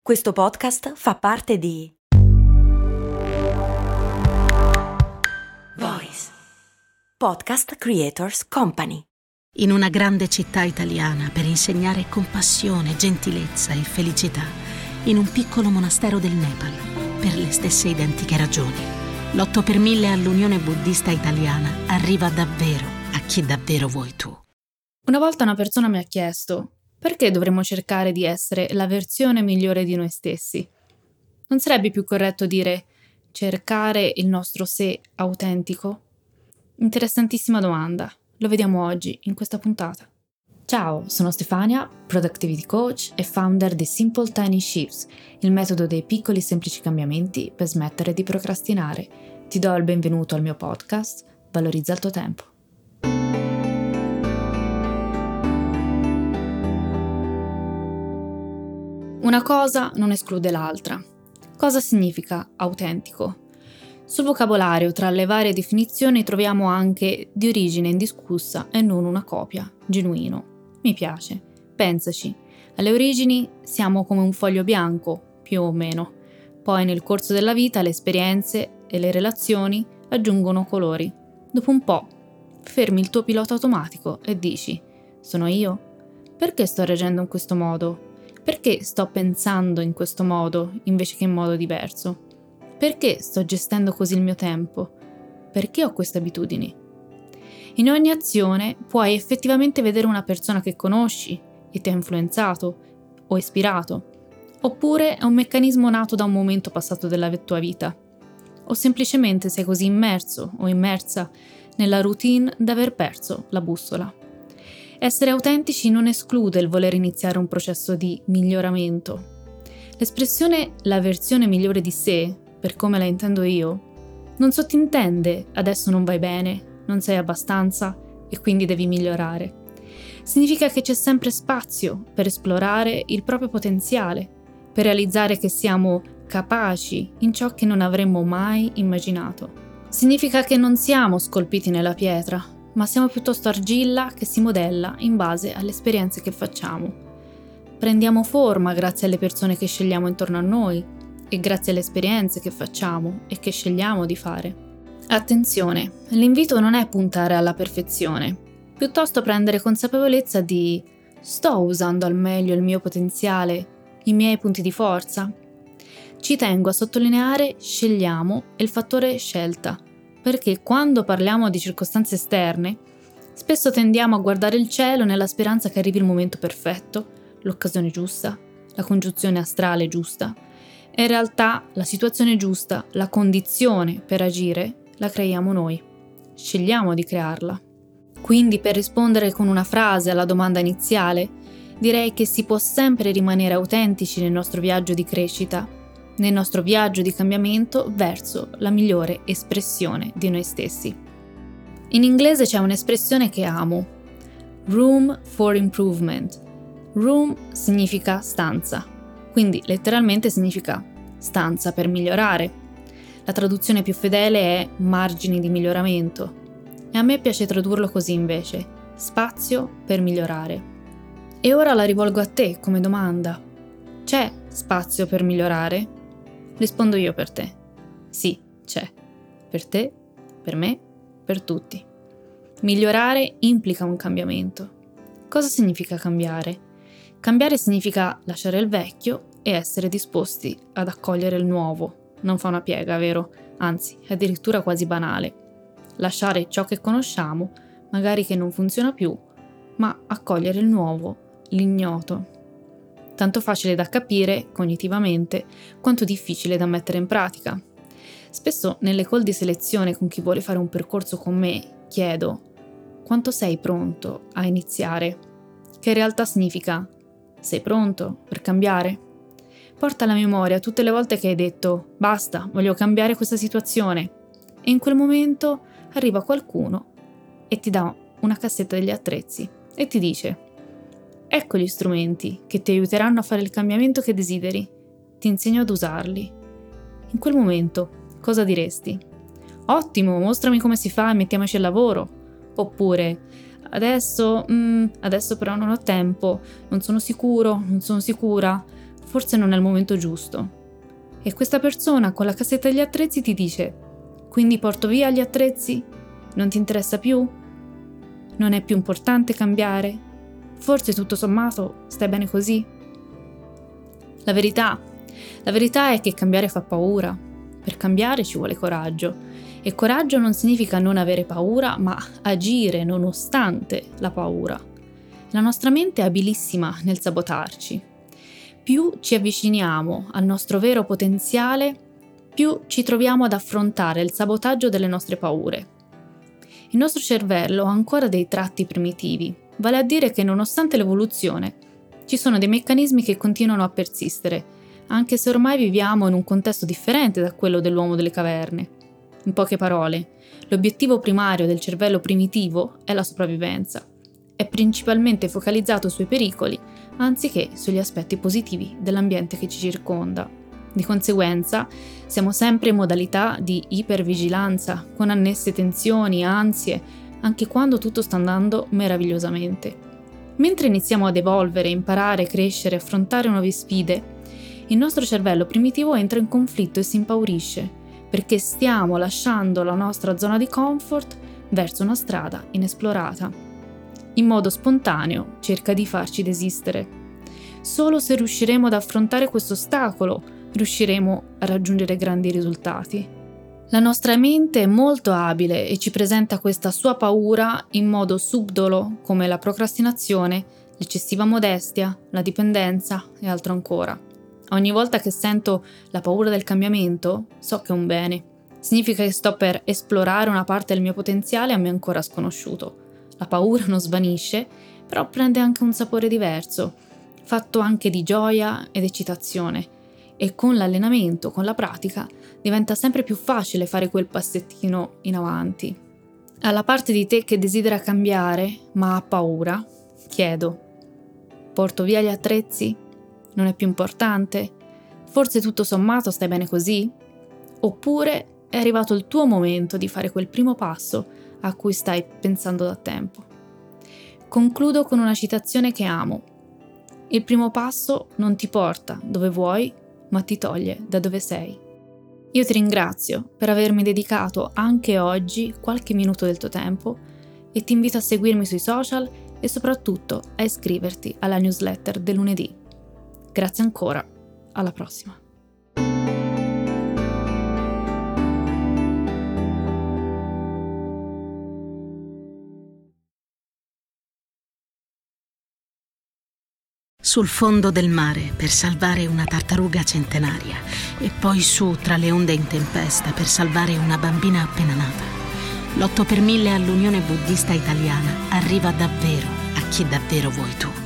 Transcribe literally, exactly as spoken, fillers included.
Questo podcast fa parte di Voice Podcast Creators Company. In una grande città italiana per insegnare compassione, gentilezza e felicità, in un piccolo monastero del Nepal, per le stesse identiche ragioni, l'otto per mille all'Unione Buddista Italiana arriva davvero a chi davvero vuoi tu. Una volta una persona mi ha chiesto: perché dovremmo cercare di essere la versione migliore di noi stessi? Non sarebbe più corretto dire cercare il nostro sé autentico? Interessantissima domanda. Lo vediamo oggi in questa puntata. Ciao, sono Stefania, Productivity Coach e founder di Simple Tiny Shifts, il metodo dei piccoli semplici cambiamenti per smettere di procrastinare. Ti do il benvenuto al mio podcast, Valorizza il tuo tempo. Una cosa non esclude l'altra. Cosa significa autentico? Sul vocabolario, tra le varie definizioni, troviamo anche di origine indiscussa e non una copia, genuino. Mi piace. Pensaci. Alle origini siamo come un foglio bianco, più o meno. Poi nel corso della vita le esperienze e le relazioni aggiungono colori. Dopo un po' fermi il tuo pilota automatico e dici: sono io? Perché sto reagendo in questo modo? Perché sto pensando in questo modo invece che in modo diverso? Perché sto gestendo così il mio tempo? Perché ho queste abitudini? In ogni azione puoi effettivamente vedere una persona che conosci e ti ha influenzato o ispirato, oppure è un meccanismo nato da un momento passato della tua vita, o semplicemente sei così immerso o immersa nella routine da aver perso la bussola. Essere autentici non esclude il voler iniziare un processo di miglioramento. L'espressione la versione migliore di sé, per come la intendo io, non sottintende adesso non vai bene, non sei abbastanza e quindi devi migliorare. Significa che c'è sempre spazio per esplorare il proprio potenziale, per realizzare che siamo capaci in ciò che non avremmo mai immaginato. Significa che non siamo scolpiti nella pietra, ma siamo piuttosto argilla che si modella in base alle esperienze che facciamo. Prendiamo forma grazie alle persone che scegliamo intorno a noi e grazie alle esperienze che facciamo e che scegliamo di fare. Attenzione, l'invito non è puntare alla perfezione, piuttosto prendere consapevolezza di: sto usando al meglio il mio potenziale, i miei punti di forza? Ci tengo a sottolineare scegliamo e il fattore scelta, perché quando parliamo di circostanze esterne, spesso tendiamo a guardare il cielo nella speranza che arrivi il momento perfetto, l'occasione giusta, la congiunzione astrale giusta. E in realtà la situazione giusta, la condizione per agire, la creiamo noi. Scegliamo di crearla. Quindi, per rispondere con una frase alla domanda iniziale, direi che si può sempre rimanere autentici nel nostro viaggio di crescita, nel nostro viaggio di cambiamento verso la migliore espressione di noi stessi. In inglese c'è un'espressione che amo: room for improvement. Room significa stanza, quindi letteralmente significa stanza per migliorare. La traduzione più fedele è margini di miglioramento e a me piace tradurlo così invece: spazio per migliorare. E ora la rivolgo a te come domanda: c'è spazio per migliorare? Rispondo io per te. Sì, c'è. Per te, per me, per tutti. Migliorare implica un cambiamento. Cosa significa cambiare? Cambiare significa lasciare il vecchio e essere disposti ad accogliere il nuovo. Non fa una piega, vero? Anzi, è addirittura quasi banale. Lasciare ciò che conosciamo, magari che non funziona più, ma accogliere il nuovo, l'ignoto. Tanto facile da capire, cognitivamente, quanto difficile da mettere in pratica. Spesso nelle call di selezione con chi vuole fare un percorso con me chiedo: quanto sei pronto a iniziare? Che in realtà significa: sei pronto per cambiare? Porta alla memoria tutte le volte che hai detto: basta, voglio cambiare questa situazione. E in quel momento arriva qualcuno e ti dà una cassetta degli attrezzi e ti dice: ecco gli strumenti che ti aiuteranno a fare il cambiamento che desideri. Ti insegno ad usarli. In quel momento, cosa diresti? Ottimo, mostrami come si fa e mettiamoci al lavoro. Oppure, adesso, mm, adesso però non ho tempo, non sono sicuro, non sono sicura, forse non è il momento giusto. E questa persona con la cassetta degli attrezzi ti dice: quindi porto via gli attrezzi? Non ti interessa più? Non è più importante cambiare? Forse tutto sommato stai bene così? La verità, la verità è che cambiare fa paura. Per cambiare ci vuole coraggio. E coraggio non significa non avere paura, ma agire nonostante la paura. La nostra mente è abilissima nel sabotarci. Più ci avviciniamo al nostro vero potenziale, più ci troviamo ad affrontare il sabotaggio delle nostre paure. Il nostro cervello ha ancora dei tratti primitivi, vale a dire che nonostante l'evoluzione, ci sono dei meccanismi che continuano a persistere, anche se ormai viviamo in un contesto differente da quello dell'uomo delle caverne. In poche parole, l'obiettivo primario del cervello primitivo è la sopravvivenza. È principalmente focalizzato sui pericoli, anziché sugli aspetti positivi dell'ambiente che ci circonda. Di conseguenza, siamo sempre in modalità di ipervigilanza, con annesse tensioni, ansie, anche quando tutto sta andando meravigliosamente. Mentre iniziamo ad evolvere, imparare, crescere, affrontare nuove sfide, il nostro cervello primitivo entra in conflitto e si impaurisce, perché stiamo lasciando la nostra zona di comfort verso una strada inesplorata. In modo spontaneo cerca di farci desistere. Solo se riusciremo ad affrontare questo ostacolo, riusciremo a raggiungere grandi risultati. La nostra mente è molto abile e ci presenta questa sua paura in modo subdolo, come la procrastinazione, l'eccessiva modestia, la dipendenza e altro ancora. Ogni volta che sento la paura del cambiamento, so che è un bene. Significa che sto per esplorare una parte del mio potenziale a me ancora sconosciuto. La paura non svanisce, però prende anche un sapore diverso, fatto anche di gioia ed eccitazione. E con l'allenamento, con la pratica, diventa sempre più facile fare quel passettino in avanti. Alla parte di te che desidera cambiare, ma ha paura, chiedo: porto via gli attrezzi? Non è più importante? Forse tutto sommato stai bene così? Oppure è arrivato il tuo momento di fare quel primo passo a cui stai pensando da tempo? Concludo con una citazione che amo. Il primo passo non ti porta dove vuoi, ma ti toglie da dove sei. Io ti ringrazio per avermi dedicato anche oggi qualche minuto del tuo tempo e ti invito a seguirmi sui social e soprattutto a iscriverti alla newsletter del lunedì. Grazie ancora, alla prossima. Sul fondo del mare per salvare una tartaruga centenaria e poi su tra le onde in tempesta per salvare una bambina appena nata. L'otto per mille all'Unione Buddista Italiana arriva davvero a chi davvero vuoi tu.